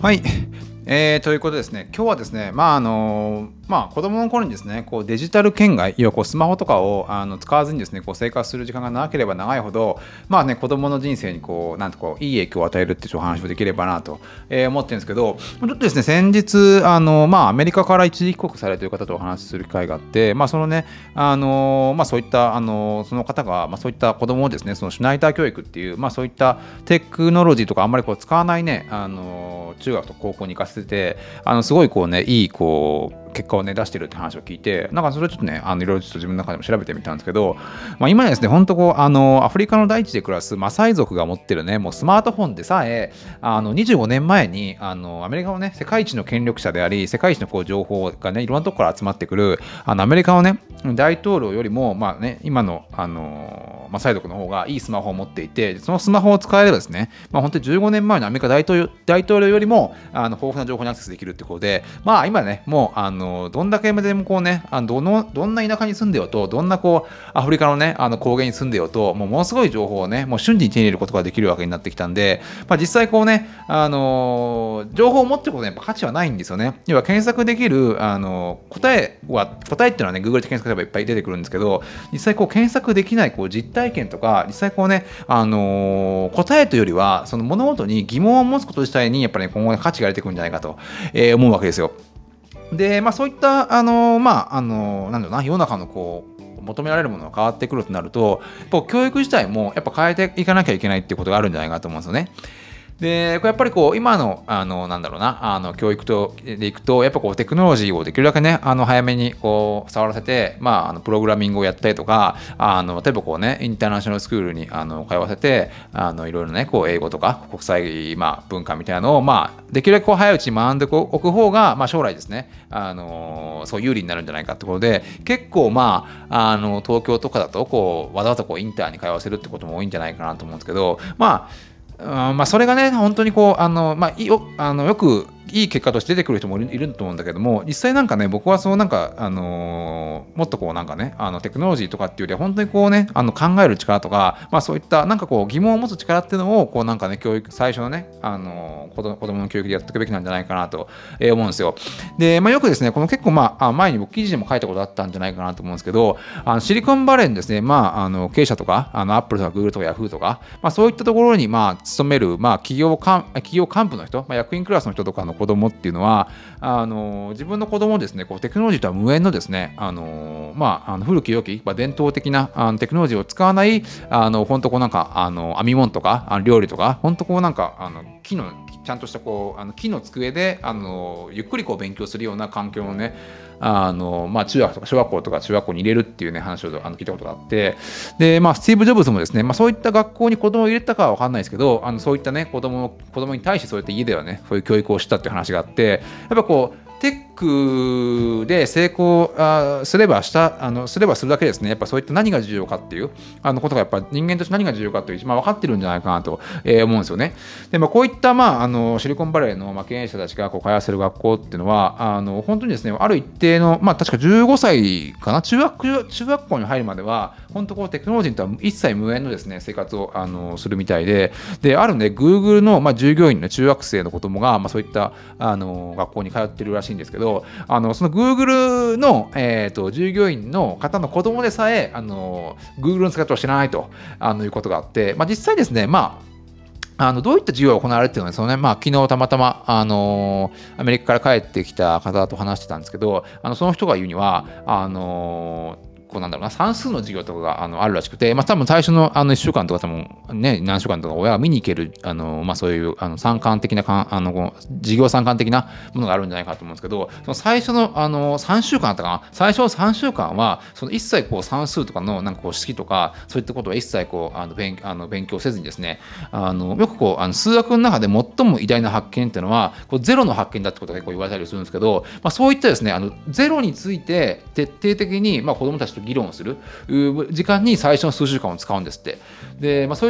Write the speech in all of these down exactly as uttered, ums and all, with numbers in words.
はい、えー、ということですね、今日はですね、まああのまあ、子供の頃にですね、こうデジタル圏外、要はこうスマホとかをあの使わずにですね、こう生活する時間が長ければ長いほど、まあね、子供の人生にこうなんとこういい影響を与えるっていうお話をできればなと、えー思ってるんですけど、ちょっとですね、先日あのまあアメリカから一時帰国されている方とお話しする機会があって、まあそのね、あのまあそういったあのその方がまあそういった子供をですね、そのシュナイダー教育っていうまあそういったテクノロジーとかあんまりこう使わないね、あの中学と高校に行かせてて、あのすごいこうね、いいこう結果をね出してるって話を聞いて、なんかそれをちょっとね、あのいろいろちょっと自分の中でも調べてみたんですけど、まあ、今ですね、本当こうあのアフリカの大地で暮らすマサイ族が持ってるね、もうスマートフォンでさえ、あのにじゅうごねんまえにあのアメリカのね、世界一の権力者であり、世界一のこう情報がね、いろんなところから集まってくるあのアメリカのね、大統領よりも、まあね、今のあのマサイ族の方がいいスマホを持っていて、そのスマホを使えればですね、まあ、本当にじゅうごねんまえのアメリカ大統領大統領よりもあの豊富な情報にアクセスできるってことで、まあ今ね、もうあのどんだけでもこうね、あのどのどんな田舎に住んでようと、どんなこうアフリカのね、あの高原に住んでようと、もうものすごい情報をね、もう瞬時に手に入れることができるわけになってきたんで、まあ、実際こうね、あの情報を持ってることにやっぱ価値はないんですよね。要は検索できるあの答えは、答えっていうのはね、Google で検索すればいっぱい出てくるんですけど、実際こう検索できないこう実体験とか、実際こうね、あの答えというよりは、その物事に疑問を持つこと自体にやっぱり、ね、今後価値が出てくるんじゃないかと、えー思うわけですよ。で、まあ、そういった、あのまあ、あのなんだろうな、世の中のこう求められるものが変わってくるとなると、やっぱ教育自体もやっぱ変えていかなきゃいけないっていうことがあるんじゃないかと思うんですよね。で、これやっぱりこう今のあのなんだろうな、あの教育とでいくと、やっぱこうテクノロジーをできるだけね、あの早めにこう触らせて、まああのプログラミングをやったりとか、あの例えばこうね、インターナショナルスクールにあの通わせて、あのいろいろね、こう英語とか国際まあ文化みたいなのをまあできるだけこう早いうちに学んでおく方が、まあ将来ですね、あのそう有利になるんじゃないかってことで、結構まああの東京とかだとこうわざわざこうインターに通わせるってことも多いんじゃないかなと思うんですけど、まあうん、まあそれがね、本当にこうあの、まあ、よあのよくいい結果として出てくる人もいると思うんだけども、実際なんかね、僕はそうなんか、あのーもっとこうなんかね、あのテクノロジーとかっていうよりは、本当にこうね、あの考える力とか、まあそういったなんかこう疑問を持つ力っていうのを、こうなんかね、教育、最初のね、あのー子供子供の教育でやっていくべきなんじゃないかなと思うんですよ。で、まあよくですね、この結構まあ、前に僕記事でも書いたことあったんじゃないかなと思うんですけど、あのシリコンバレーにですね、まあ、あの経営者とか、あのアップルとかグーグルとかヤフーとか、まあそういったところにまあ勤める、まあ企業幹企業幹部の人、まあ、役員クラスの人とかの子供っていうのは、あの自分の子供をですね、こうテクノロジーとは無縁のですね、あのまあ、あの古き良き、まあ、伝統的なあのテクノロジーを使わない、あの本当こうなんかあの編み物とかあの料理とか、本当こうなんかあの木のちゃんとしたこうあの木の机であのゆっくりこう勉強するような環境のね、あのまあ、中学とか小学校とか中学校に入れるっていうね話をあの聞いたことがあって、で、まあ、スティーブ・ジョブズもですね、まあ、そういった学校に子供を入れたかは分かんないですけど、あのそういったね子供子供に対してそういった家ではねそういう教育をしたっていう話があって、やっぱこうテックで成功あすればしたあのすればするだけですね、やっぱそういった何が重要かっていうあのことがやっぱ人間として何が重要かという一番分かってるんじゃないかなと、えー思うんですよね。で、まあ、こういった、まあ、あのシリコンバレーの、まあ、経営者たちがこう通わせる学校っていうのは、あの本当にですね、ある一定の、まあ、確かじゅうごさいかな、中学中学校に入るまでは本当こうテクノロジーとは一切無縁のですね生活をあのするみたいで、であるね Google の、まあ、従業員の中学生の子供が、まあ、そういったあの学校に通ってるらしいんですけど、あのその Google の、えー、と従業員の方の子供でさえあの Google の使い方を知らないとあのいうことがあって、まあ、実際ですね、まああのどういった授業が行われているのかですよね、まあ、昨日たまたま、あのーアメリカから帰ってきた方と話してたんですけど、あのその人が言うには、あのーこうなんだろうな、算数の授業とかがあのあるらしくて、まあ、多分最初のあのいっしゅうかんとか多分、ね、何週間とか親が見に行けるあの、まあ、そういうあの参観的なかあの授業参観的なものがあるんじゃないかと思うんですけど、その最初のあのさんしゅうかんあったかな、最初のさんしゅうかんはその一切こう算数とかのなんかこう式とかそういったことは一切こうあの 勉, あの勉強せずにですね、あのよくこうあの数学の中で最も偉大な発見っていうのはこうゼロの発見だってことが結構言われたりするんですけど、まあ、そういったですねあのゼロについて徹底的に、まあ、子どもたちと議論をする時間に最初の数週間を使うんですって。で、まあ、そういっ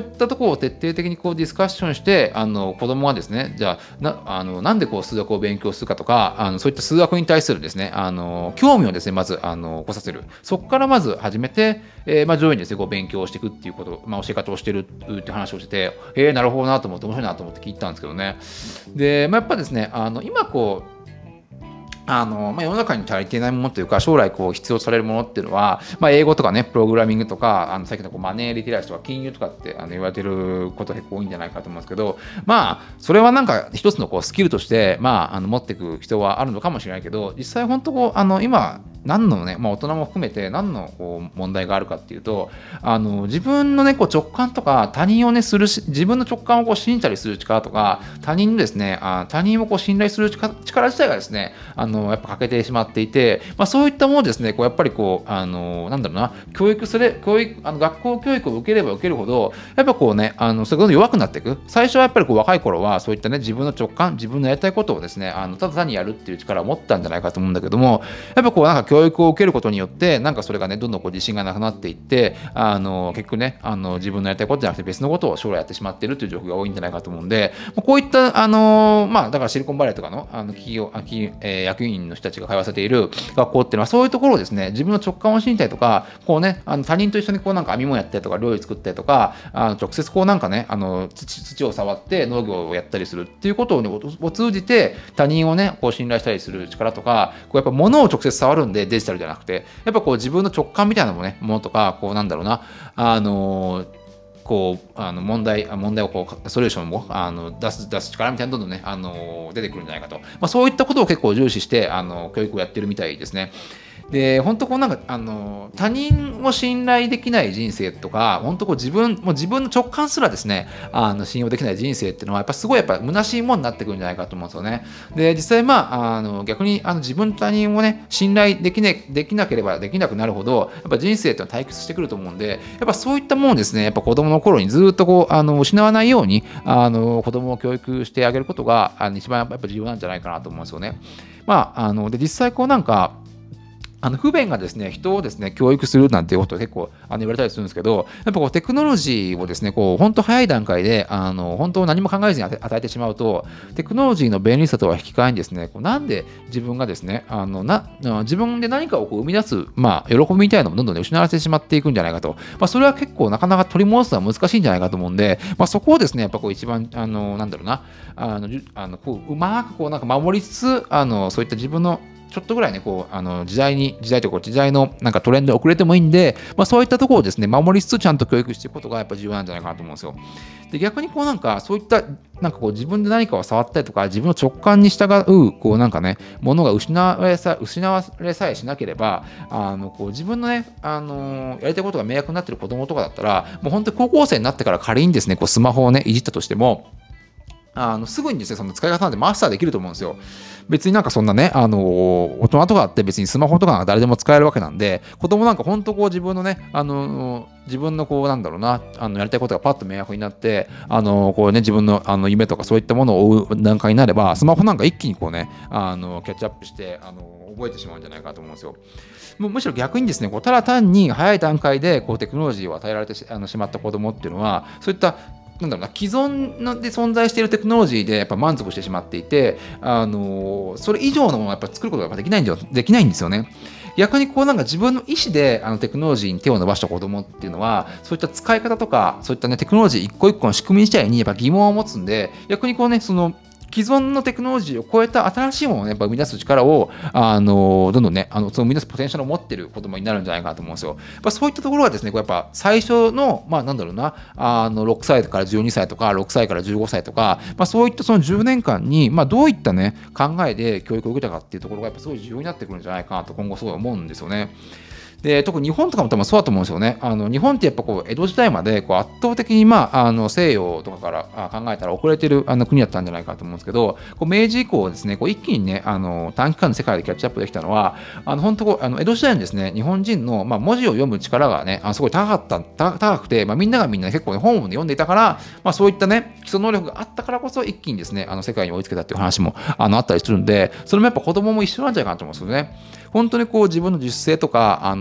ったところを徹底的にこうディスカッションして、あの子供がですね、じゃあ な, あのなんでこう数学を勉強するかとか、あのそういった数学に対するですね、あの興味をですねまずあの起こさせる、そこからまず始めて、えー、まあ上位にですねこう勉強をしていくっていうこと、まあ、教え方をしてるって話をしてて、えー、なるほどなと思って面白いなと思って聞いたんですけどね。で、まあ、やっぱですね、あの今こうあのまあ、世の中に足りていないものというか、将来こう必要とされるものっていうのは、まあ、英語とかね、プログラミングとか、あのさっきのこうマネーリテラシーとか金融とかってあの言われてることが結構多いんじゃないかと思うんですけど、まあそれはなんか一つのこうスキルとして、まあ、あの持っていく必要はあるのかもしれないけど、実際本当こうあの今何のね、まあ、大人も含めて何のこう問題があるかっていうと、あの自分の、ね、こう直感とか他人を、ね、するし自分の直感をこう信じたりする力とか、他人のですねあ他人をこう信頼する力自体がですねあのやっぱ欠けてしまっていて、まあ、そういったものですねこうやっぱりこうあのなんだろうな教育すれ教育あの学校教育を受ければ受けるほどやっぱこうねあのそれどんどん弱くなっていく。最初はやっぱりこう若い頃はそういったね自分の直感自分のやりたいことをですねあのただ単にやるっていう力を持ったんじゃないかと思うんだけども、やっぱこうなんか教育を受けることによってなんかそれがねどんどんこう自信がなくなっていって、あの結局ねあの自分のやりたいことじゃなくて別のことを将来やってしまっているという状況が多いんじゃないかと思うんで、こういったあのまあだからシリコンバレーとかのあの企業企業、えー、役員の人たちが通わせている学校っていうのはそういうところをですね自分の直感を信じたりとか、こうねあの他人と一緒にこうなんか編み物やったりとか料理作ったりとか、あの直接こうなんかねあの 土, 土を触って農業をやったりするっていうことを、ね、を通じて他人をねこう信頼したりする力とか、こうやっぱ物を直接触るんでデジタルじゃなくてやっぱこう自分の直感みたいなもの、ね、ものとかこうなんだろうなあのーこうあの問題問題をこうソリューションもあの出す出す力みたいなどんどんねあの出てくるんじゃないかと、まあ、そういったことを結構重視してあの教育をやってるみたいですね。で本当こうなんかあの他人を信頼できない人生とか、本当こう自分もう自分の直感すらですねあの信用できない人生っていうのはやっぱすごいやっぱ虚しいものになってくるんじゃないかと思うんですよね。で実際まああの逆にあの自分と他人をね信頼できねできなければできなくなるほどやっぱ人生っていうのは退屈してくると思うんで、やっぱそういったものをですねやっぱ子供の頃にずっとこうあの失わないようにあの子供を教育してあげることがあの一番やっぱ重要なんじゃないかなと思うんですよね。まああので実際こうなんかあの不便がですね人をですね教育するなんていうことを結構あの言われたりするんですけど、やっぱこうテクノロジーをですねこう本当早い段階であの本当何も考えずに与えてしまうと、テクノロジーの便利さとは引き換えにですねこうなんで自分がですねあのな自分で何かをこう生み出す、まあ、喜びみたいなのもどんどん、ね、失われてしまっていくんじゃないかと、まあ、それは結構なかなか取り戻すのは難しいんじゃないかと思うんで、まあ、そこをですねやっぱこう一番あのなんだろうなあのあのこううまくこうなんか守りつつあのそういった自分のちょっとぐらいね、こう、あの、時代に、時代というか、時代のなんかトレンドに遅れてもいいんで、まあそういったところをですね、守りつつちゃんと教育していくことがやっぱ重要なんじゃないかなと思うんですよ。で、逆にこうなんか、そういった、なんかこう自分で何かを触ったりとか、自分の直感に従う、こうなんかね、ものが失われさ失われさえしなければ、あの、こう自分のね、あの、やりたいことが迷惑になってる子供とかだったら、もう本当に高校生になってから仮にですね、こうスマホをね、いじったとしても、あのすぐにですね、その使い方なんてマスターできると思うんですよ。別になんかそんなね、あのー、大人とかって別にスマホとかが誰でも使えるわけなんで、子供なんか本当こう自分のね、あのー、自分のこうなんだろうな、あのやりたいことがパッと迷惑になって、あのー、こうね、自分のあの夢とかそういったものを追う段階になれば、スマホなんか一気にこうね、あのキャッチアップして、あの覚えてしまうんじゃないかと思うんですよ。むむしろ逆にですね、こうただ単に早い段階でこうテクノロジーを与えられて し, あのしまった子供っていうのは、そういったなんだろうな既存ので存在しているテクノロジーでやっぱ満足してしまっていて、あのそれ以上のものをやっぱ作ることができないんでできないんですよね。逆にこうなんか自分の意思であのテクノロジーに手を伸ばした子供っていうのは、そういった使い方とかそういったねテクノロジー一個一個の仕組み自体にやっぱ疑問を持つんで、逆にこうねその既存のテクノロジーを超えた新しいものを、ね、やっぱ生み出す力をあのどんどんねあのその生み出すポテンシャルを持っている子供になるんじゃないかなと思うんですよ。やっぱそういったところがですねこうやっぱ最初のまあなんだろうなあのろくさいからじゅうにさいとかろくさいからじゅうごさいとか、まあ、そういったそのじゅうねんかんに、まあ、どういったね考えで教育を受けたかっていうところがやっぱすごい重要になってくるんじゃないかなと今後すごい思うんですよね。で特に日本とかも多分そうだと思うんですよね。あの日本ってやっぱこう江戸時代までこう圧倒的に、まあ、あの西洋とかから考えたら遅れてるあの国だったんじゃないかと思うんですけど、こう明治以降ですねこう一気にねあの短期間の世界でキャッチアップできたのはあの本当こうあの江戸時代にですね日本人の、まあ、文字を読む力がねあのすごい高かった高くて、まあ、みんながみんな、ね、結構、ね、本を、ね、読んでいたから、まあ、そういったね基礎能力があったからこそ一気にですねあの世界に追いつけたっていう話もあのあったりするんで、それもやっぱ子供も一緒なんじゃないかなと思うんですよね。本当にこう自分の自主性とかあの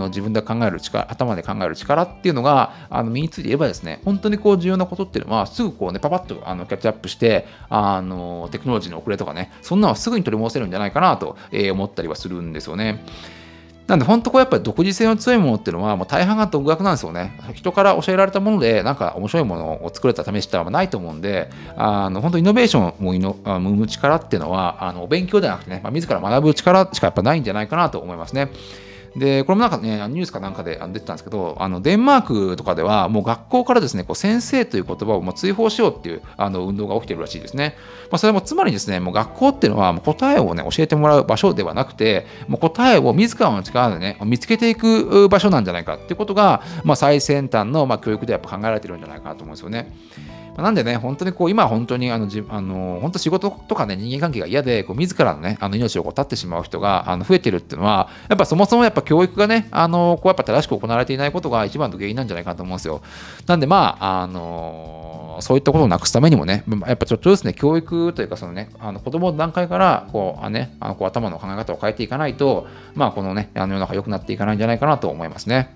の自分で考える力、頭で考える力っていうのがあの身についていればですね、本当にこう重要なことっていうのはすぐこうねパパッとあのキャッチアップして、あのテクノロジーの遅れとかね、そんなのはすぐに取り戻せるんじゃないかなと思ったりはするんですよね。なんで本当こうやっぱり独自性の強いものっていうのはもう大半が独学なんですよね。人から教えられたものでなんか面白いものを作れた試しってのはないと思うんで、あの本当イノベーションをイノ生む力っていうのはあのお勉強ではなくてね、まあ、自ら学ぶ力しかやっぱないんじゃないかなと思いますね。で、これもなんかね、ニュースかなんかで出てたんですけど、あのデンマークとかでは、もう学校からですね、こう先生という言葉をもう追放しようっていうあの運動が起きてるらしいですね。まあ、それもつまりですね、もう学校っていうのはもう答えをね、教えてもらう場所ではなくて、もう答えを自らの力でね、見つけていく場所なんじゃないかっていうことが、まあ、最先端のまあ教育でやっぱ考えられてるんじゃないかなと思うんですよね。なんでね、本当にこう今本当にあのじあの本当仕事とかね、人間関係が嫌でこう自らのね、あの命をこう絶ってしまう人があの増えてるっていうのは、やっぱそもそもやっぱ教育がね、あのこうやっぱ正しく行われていないことが一番の原因なんじゃないかなと思うんですよ。なんでまああのそういったことをなくすためにもね、やっぱちょっとですね、教育というかそのね、あの子供の段階からこうあね、あのこう頭の考え方を変えていかないと、まあこのね、あの世の中良くなっていかないんじゃないかなと思いますね。